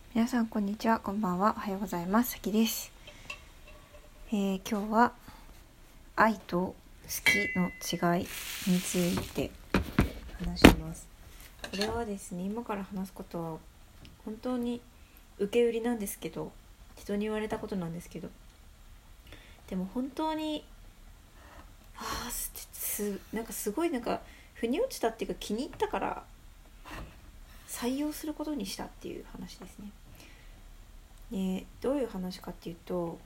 皆さんこんにちは、こんばんは、おはようございます。さきです。今日は愛と好きの違いについて話します。これはですね、今から話すことは本当に受け売りなんですけど、人に言われたことなんですけど、でも本当になんかすごい腑に落ちたっていうか、気に入ったから採用することにしたっていう話ですね。どういう話かっていうと、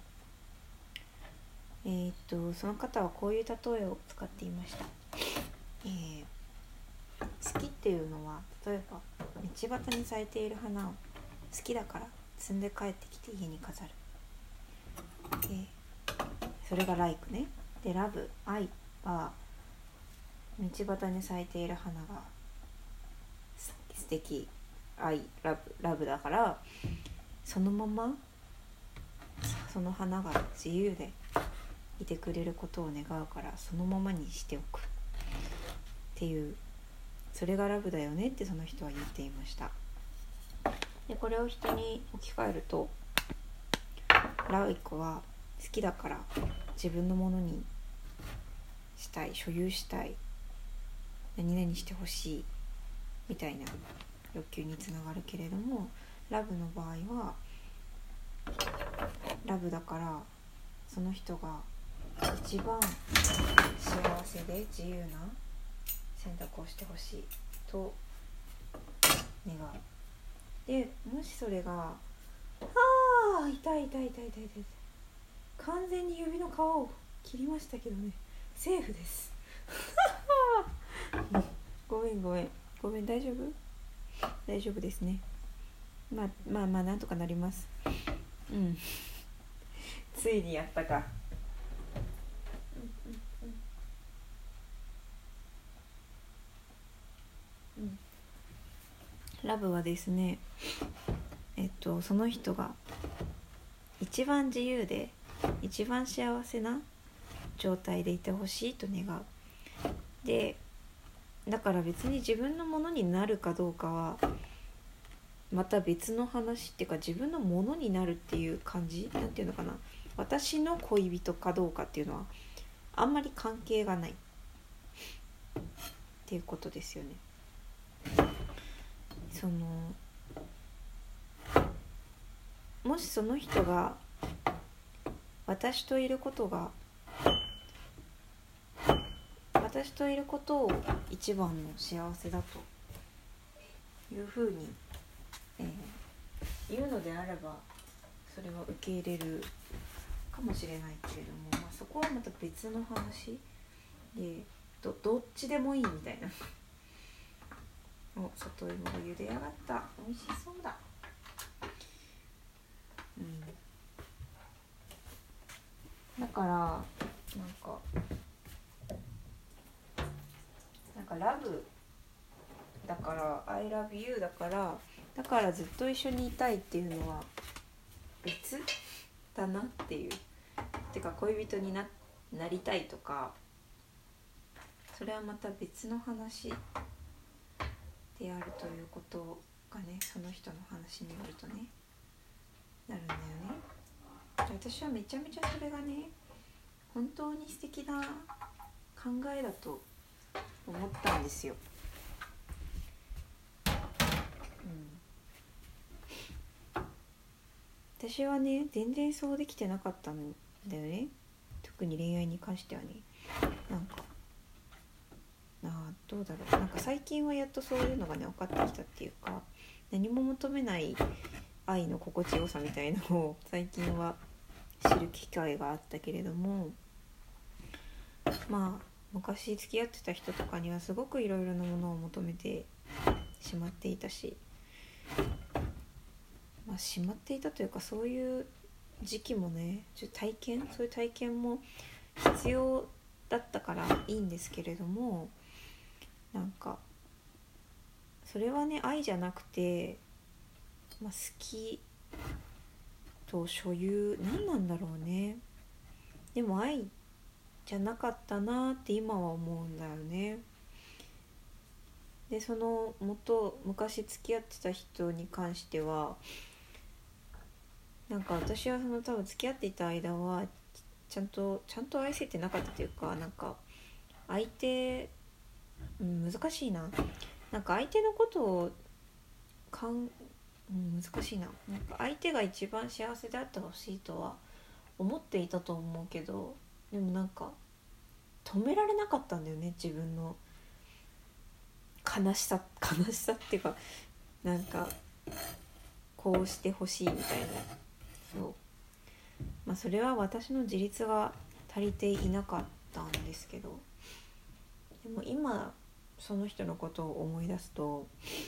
その方はこういう例えを使っていました。好きっていうのは、例えば道端に咲いている花を好きだから摘んで帰ってきて家に飾る。それがライクね。で、ラブ、愛は道端に咲いている花が素敵、愛、ラブだから、そのままその花が自由でいてくれることを願うから、そのままにしておくっていう、それがラブだよねってその人は言っていました。で、これを人に置き換えると、ライクは好きだから自分のものにしたい、所有したい、何々してほしいみたいな欲求につながるけれども、ラブの場合はラブだからその人が一番幸せで自由な選択をしてほしいと願う。で、もしそれが痛い完全に指の皮を切りましたけどね、セーフですごめん大丈夫ですね。まあなんとかなります。ついにやったか。ラブはですね、その人が一番自由で一番幸せな状態でいてほしいと願う。で、だから別に自分のものになるかどうかはまた別の話っていうか、自分のものになるっていう感じ、なんていうのかな、私の恋人かどうかっていうのはあんまり関係がないっていうことですよね。もしその人が私といることを一番の幸せだというふうに、言うのであれば、それは受け入れるかもしれないけれども、そこはまた別の話で、どっちでもいいみたいな里芋が茹で上がった。美味しそうだ。だからなんかラブだから I love you だからずっと一緒にいたいっていうのは別だなっていう。てか恋人に なりたいとか、それはまた別の話であるということがね、その人の話によるとね、なるんだよね。私はめちゃめちゃそれがね、本当に素敵な考えだと思ったんですよ。私はね、全然そうできてなかったんだよね。特に恋愛に関してはね。どうだろう。最近はやっとそういうのがね、分かってきたっていうか、何も求めない愛の心地よさみたいのを最近は知る機会があったけれども、昔付き合ってた人とかにはすごくいろいろなものを求めてしまっていたし、しまっていたというか、そういう時期もね、そういう体験も必要だったからいいんですけれども、それはね、愛じゃなくて、好きと所有、何なんだろうね。でも愛じゃなかったなって今は思うんだよね。で、昔付き合ってた人に関しては、 なんか私はその多分付き合っていた間はちゃんと愛せてなかったというか、なんか相手、難しいな、なんか相手のことを難しいな、なんか相手が一番幸せであってほしいとは思っていたと思うけど、でもなんか止められなかったんだよね、自分の悲しさっていうか、なんかこうしてほしいみたいな。そう、それは私の自立が足りていなかったんですけど、でも今その人のことを思い出すと、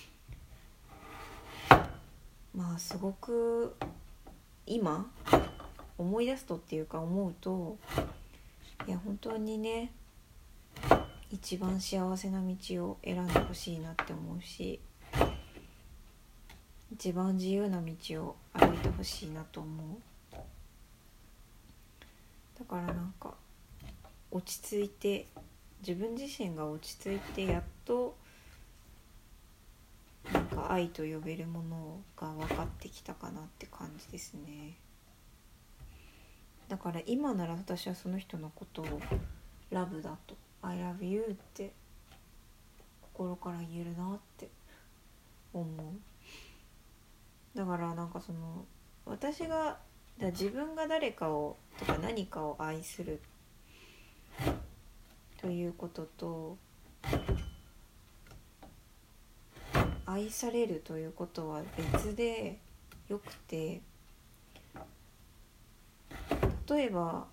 すごく今思い出すとっていうか思うと、いや本当にね、一番幸せな道を選んでほしいなって思うし、一番自由な道を歩いてほしいなと思う。だからなんか落ち着いて、自分自身が落ち着いて、やっとなんか愛と呼べるものが分かってきたかなって感じですね。だから今なら私はその人のことをラブだと I love you って心から言えるなって思う。だからなんかその私が自分が誰かをとか何かを愛するということと、愛されるということは別でよくて、例えば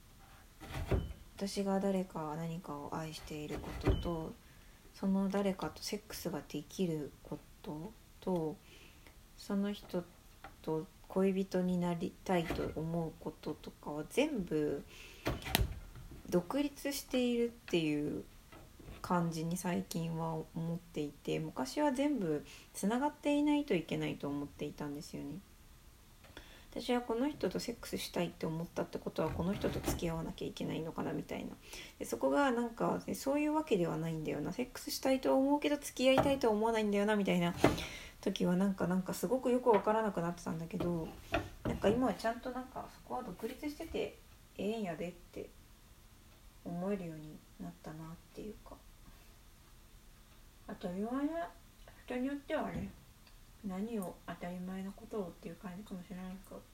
私が誰か何かを愛していることと、その誰かとセックスができることと、その人と恋人になりたいと思うこととかは全部独立しているっていう感じに最近は思っていて、昔は全部つながっていないといけないと思っていたんですよね。私はこの人とセックスしたいって思ったってことはこの人と付き合わなきゃいけないのかなみたいな。でそこがなんかそういうわけではないんだよな、セックスしたいと思うけど付き合いたいとは思わないんだよなみたいな時はなんかすごくよく分からなくなってたんだけど、なんか今はちゃんとなんかそこは独立しててええんやでって思えるようになったなっていうか、あと言わね、人によってはね、何を当たり前のことをっていう感じかもしれないけど、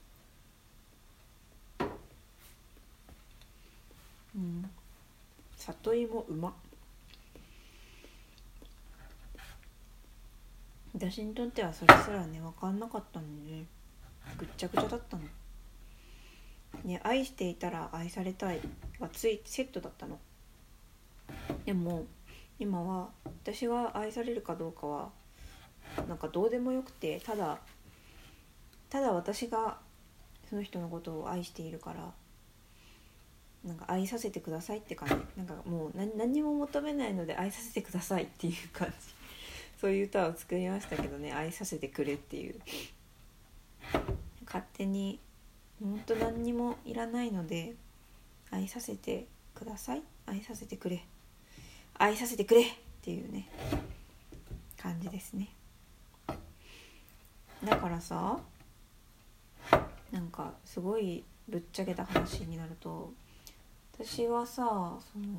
里芋うまっ。私にとってはそれすらね分かんなかったので、ね、ぐっちゃぐちゃだったのね。愛していたら愛されたいがついセットだったの。でも今は私が愛されるかどうかはなんかどうでもよくて、ただ私がその人のことを愛しているから、なんか愛させてくださいって感じ。なんかもう何も求めないので愛させてくださいっていう感じ。そういう歌を作りましたけどね、愛させてくれっていう。勝手にほんと何にもいらないので愛させてください、愛させてくれ、愛させてくれっていうね感じですね。だからさ、なんかすごいぶっちゃけた話になると、私はさ、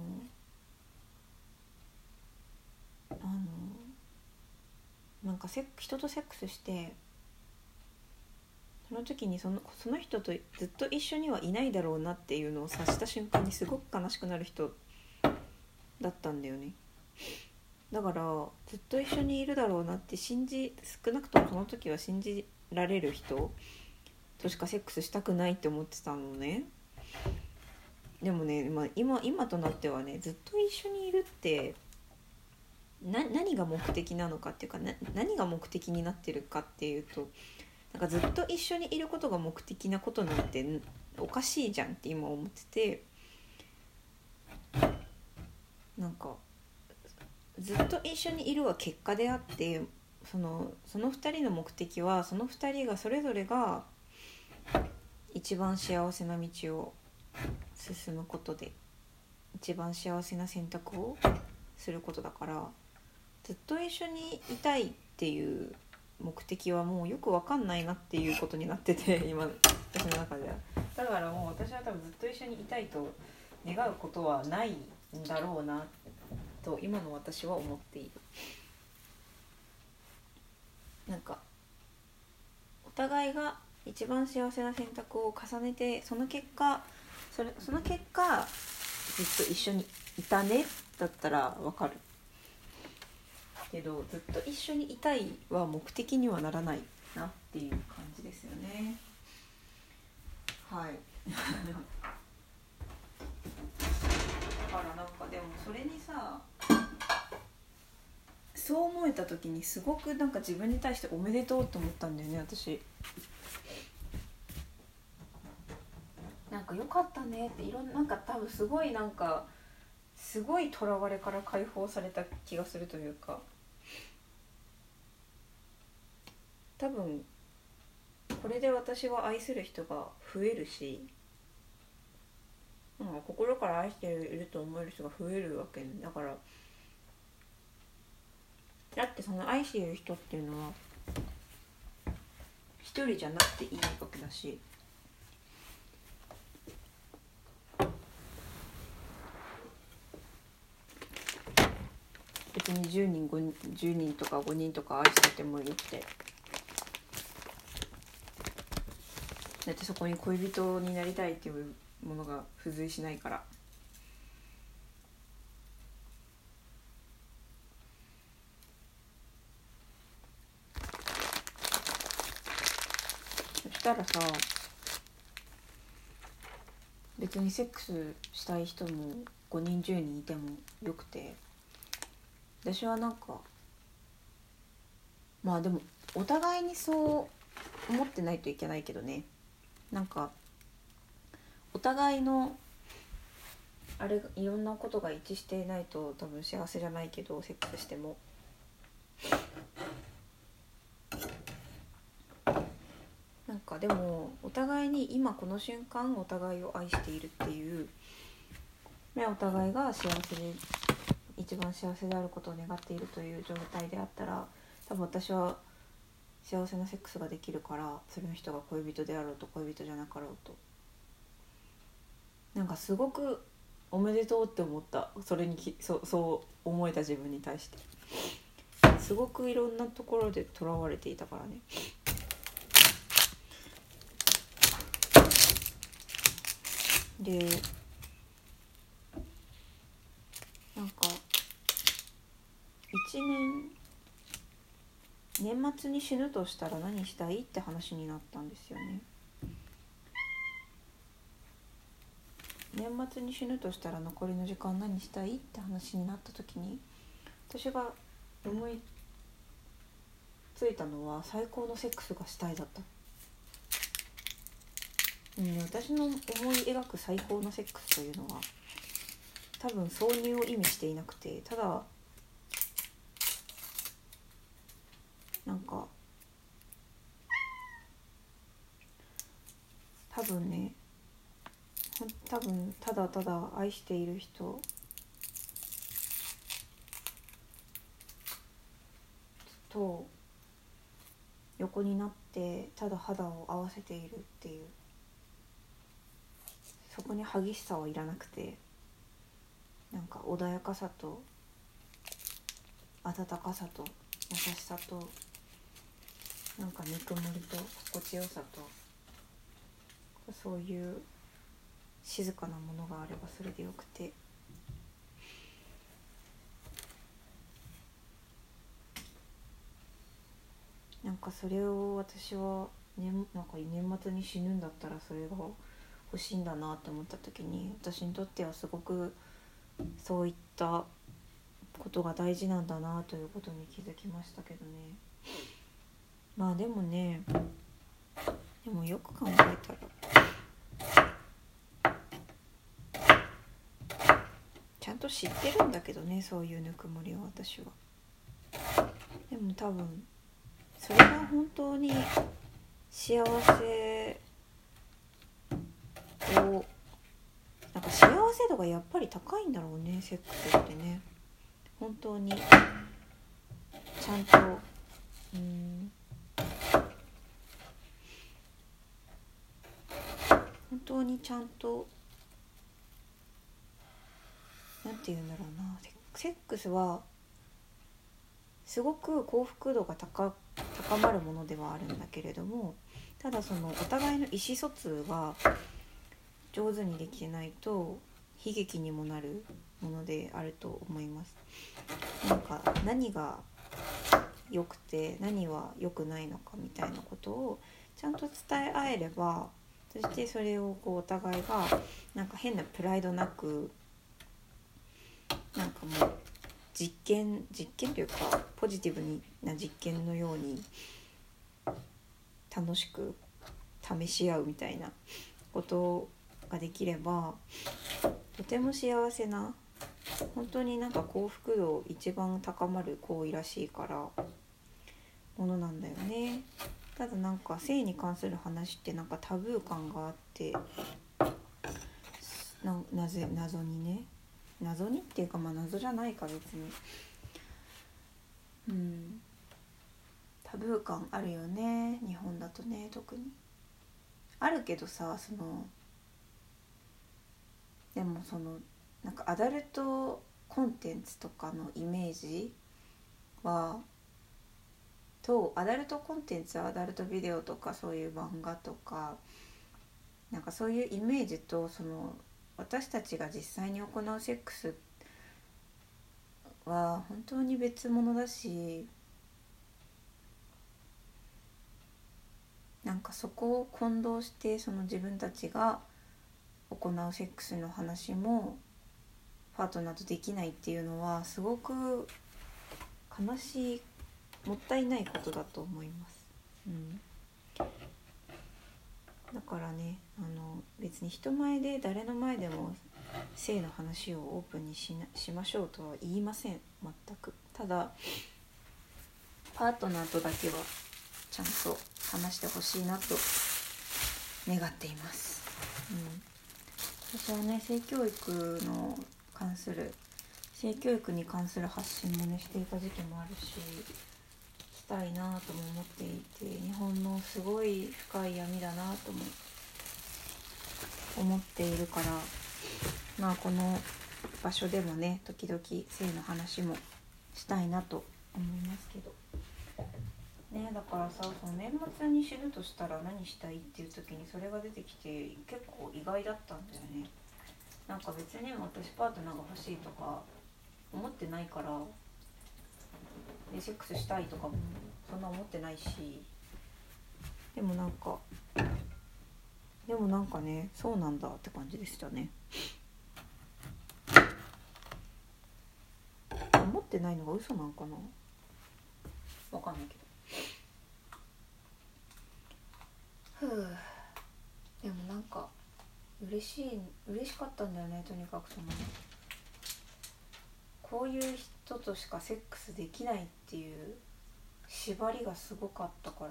なんか人とセックスしてその時にその人とずっと一緒にはいないだろうなっていうのを察した瞬間にすごく悲しくなる人だったんだよね。だからずっと一緒にいるだろうなって少なくともその時は信じられる人としかセックスしたくないって思ってたのね。でもね、今となってはね、ずっと一緒にいるって何が目的なのかっていうか、何が目的になってるかっていうと、なんかずっと一緒にいることが目的なことなんておかしいじゃんって今思ってて、なんかずっと一緒にいるは結果であって、その2人の目的はその2人がそれぞれが一番幸せな道を進むことで一番幸せな選択をすることだから、ずっと一緒にいたいっていう目的はもうよく分かんないなっていうことになってて今私の中では。だからもう私は多分ずっと一緒にいたいと願うことはないんだろうなと今の私は思っている。なんかお互いが一番幸せな選択を重ねてその結果ずっと一緒にいたねだったら分かるけど、ずっと一緒にいたいは目的にはならないなっていう感じですよね。はいだからなんかでもそれにさ、そう思えた時にすごくなんか自分に対しておめでとうと思ったんだよね私。なんか良かったねってなんか多分すごいとらわれから解放された気がするというか、多分これで私は愛する人が増えるし、心から愛していると思える人が増えるわけだから。だってその愛している人っていうのは一人じゃなくていいわけだし、別に10人とか5人とか愛しててもよくて、だってそこに恋人になりたいっていうものが付随しないから。そしたらさ、別にセックスしたい人も5人10人いてもよくて、私はなんかまあでもお互いにそう思ってないといけないけどね、なんかお互いのあれいろんなことが一致していないと多分幸せじゃないけど、セックスしてもなんかでもお互いに今この瞬間お互いを愛しているっていう、お互いが幸せで一番幸せであることを願っているという状態であったら、多分私は幸せなセックスができるから、それの人が恋人であろうと恋人じゃなかろうと、なんかすごくおめでとうって思った。それにそう思えた自分に対して、すごくいろんなところでとらわれていたからね。でなんか年末に死ぬとしたら何したいって話になったんですよね。年末に死ぬとしたら残りの時間何したいって話になった時に、私が思いついたのは最高のセックスがしたいだった。私の思い描く最高のセックスというのは多分挿入を意味していなくて、ただなんか多分ただただ愛している人と横になってただ肌を合わせているっていう、そこに激しさはいらなくて、なんか穏やかさと温かさと優しさとなんかぬくもりと心地よさと、そういう静かなものがあればそれでよくて、なんかそれを私は、なんか年末に死ぬんだったらそれが欲しいんだなって思った時に、私にとってはすごくそういったことが大事なんだなということに気づきましたけどね。まあでもよく考えたらちゃんと知ってるんだけどね、そういうぬくもりを私は。でも多分それが本当に幸せをなんか幸せ度がやっぱり高いんだろうね、セックスってね。本当にちゃんと本当にちゃんとなんて言うんだろうな、セックスはすごく幸福度が高まるものではあるんだけれども、ただそのお互いの意思疎通が上手にできてないと悲劇にもなるものであると思います。なんか何が良くて何は良くないのかみたいなことをちゃんと伝え合えれば、そしてそれをこうお互いがなんか変なプライドなく、なんかもう実験というかポジティブな実験のように楽しく試し合うみたいなことができれば、とても幸せな、本当になんか幸福度一番高まる行為らしいからものなんだよね。ただなんか性に関する話ってなんかタブー感があって、謎にっていうか、まあ謎じゃないか別に、タブー感あるよね、日本だとね。特にあるけどさ、でもなんかアダルトコンテンツとかのイメージはアダルトコンテンツはアダルトビデオとかそういう漫画とかなんかそういうイメージと私たちが実際に行うセックスは本当に別物だし、なんかそこを混同して自分たちが行うセックスの話もパートナーとできないっていうのはすごく悲しい、もったいないことだと思います。だからね、別に人前で誰の前でも性の話をオープンにしましょうとは言いません、全く。ただパートナーとだけはちゃんと話してほしいなと願っています。私はね、性教育に関する発信もねしていた時期もあるし、したいなとも思っていて、日本のすごい深い闇だなとも思っているから、まあこの場所でもね時々性の話もしたいなと思いますけどね。だからさ、年末に死ぬとしたら何したいっていう時にそれが出てきて結構意外だったんだよね。なんか別に私パートナーが欲しいとか思ってないから、でセックスしたいとかもそんな思ってないし、でもなんかね、そうなんだって感じでしたね。思ってないのが嘘なんかな、わかんないけど。でもなんか嬉しかったんだよね。とにかくこういう人としかセックスできないっていう縛りがすごかったから、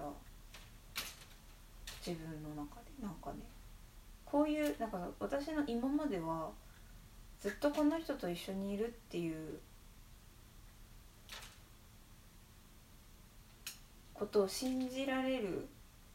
自分の中でなんかね、こういうなんか私の今まではずっとこの人と一緒にいるっていうことを信じられる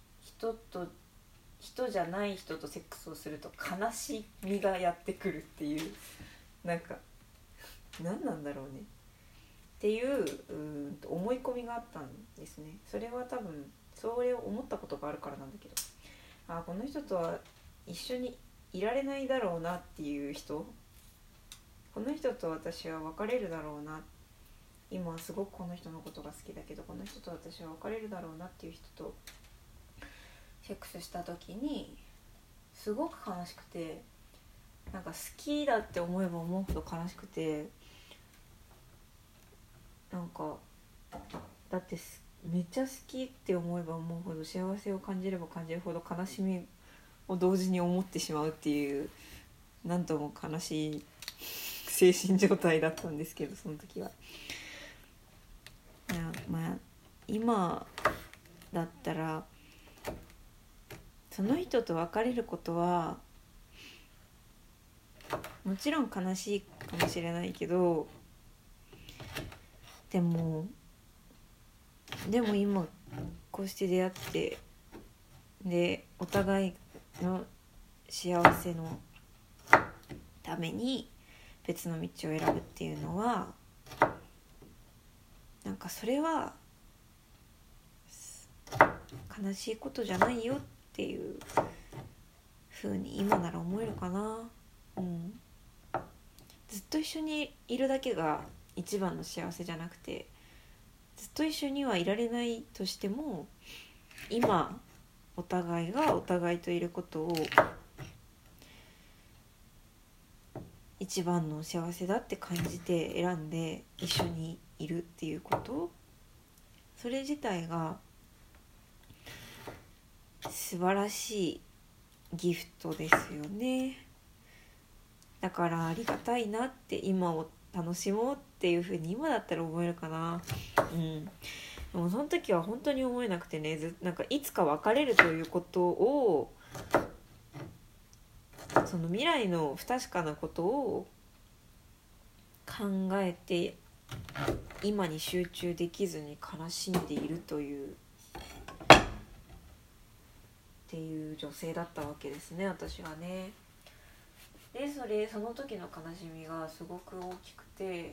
人じゃない人とセックスをすると悲しみがやってくるっていう、なんか何なんだろうねっていう思い込みがあったんですね。それは多分それを思ったことがあるからなんだけど、この人とは一緒にいられないだろうなっていう人、この人と私は別れるだろうな、今はすごくこの人のことが好きだけどこの人と私は別れるだろうなっていう人とセックスした時にすごく悲しくて、なんか好きだって思えば思うほど悲しくて、なんかだってめっちゃ好きって思えば思うほど幸せを感じれば感じるほど悲しみを同時に思ってしまうっていう、なんとも悲しい精神状態だったんですけど、その時は。まあ今だったらその人と別れることはもちろん悲しいかもしれないけど、でも今こうして出会って、でお互いの幸せのために別の道を選ぶっていうのはなんかそれは悲しいことじゃないよっていう風に今なら思えるかな。ずっと一緒にいるだけが一番の幸せじゃなくて、ずっと一緒にはいられないとしても今お互いがお互いといることを一番の幸せだって感じて選んで一緒にいるっていうこと、それ自体が素晴らしいギフトですよね。だからありがたいなって、今を楽しもうっていう風に今だったら思えるかな。でもその時は本当に思えなくてね、なんかいつか別れるということを、その未来の不確かなことを考えて今に集中できずに悲しんでいるっていう女性だったわけですね、私はね。でその時の悲しみがすごく大きくて、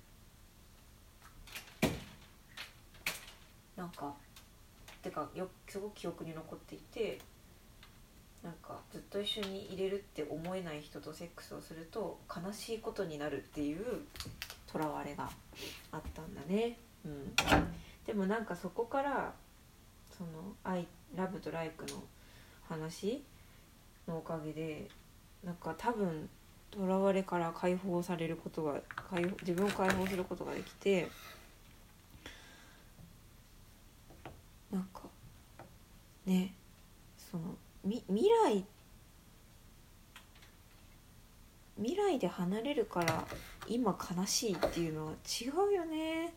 なんかすごく記憶に残っていて、なんかずっと一緒にいれるって思えない人とセックスをすると悲しいことになるっていうとらわれがあったんだね。でもなんかそこからそのラブとライクの話のおかげで、なんか多分とらわれから解放されることが自分を解放することができて、なんかね、その未来で離れるから今悲しいっていうのは違うよね。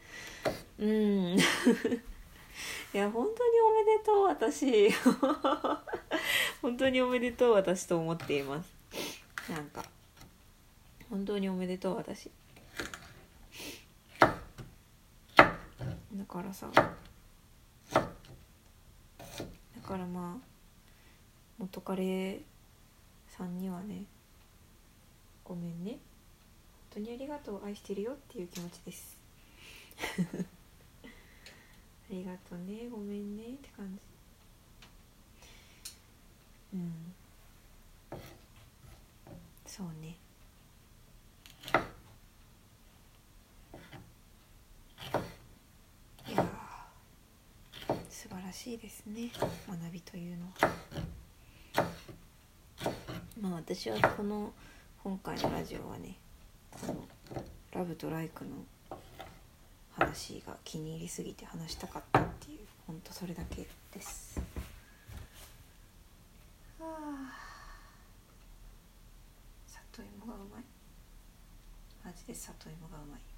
いや本当におめでとう私本当におめでとう私と思っています。なんか本当におめでとう私だからさ、だからまあ元彼さんにはね、ごめんね、本当にありがとう、愛してるよっていう気持ちですありがとうね、ごめんねって感じ。そうね。いや素晴らしいですね、学びというのは。まあ私はこの今回のラジオはね、このラブとライクの話が気に入りすぎて話したかったっていう、ほんとそれだけです。里芋がうまい、マジで里芋がうまい。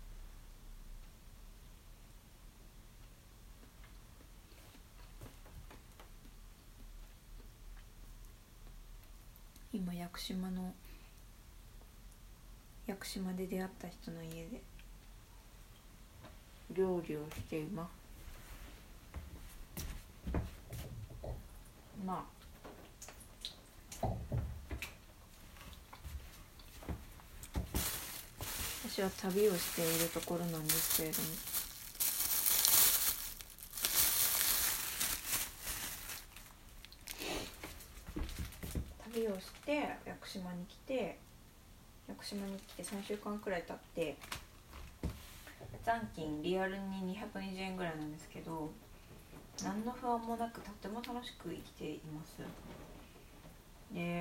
今屋久島で出会った人の家で料理をしています。まあ私は旅をしているところなんですけれども、旅をして屋久島に来て3週間くらい経って、残金リアルに220円ぐらいなんですけど、何の不安もなくとても楽しく生きています。で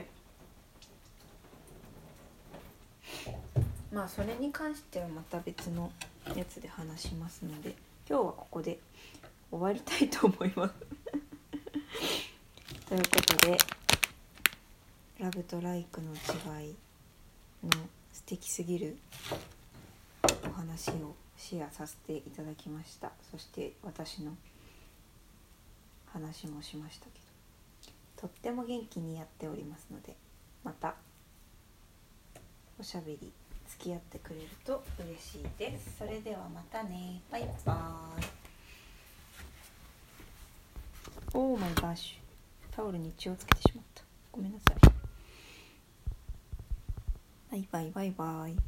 まあそれに関してはまた別のやつで話しますので、今日はここで終わりたいと思いますということで、ラブとライクの違いの素敵すぎるお話をシェアさせていただきました。そして私の話もしましたけど、とっても元気にやっておりますので、またおしゃべり付き合ってくれると嬉しいです。それではまたね、バイバーイ。オーマイガッシュ、タオルに血をつけてしまった、ごめんなさい。 バイバイバイバイ。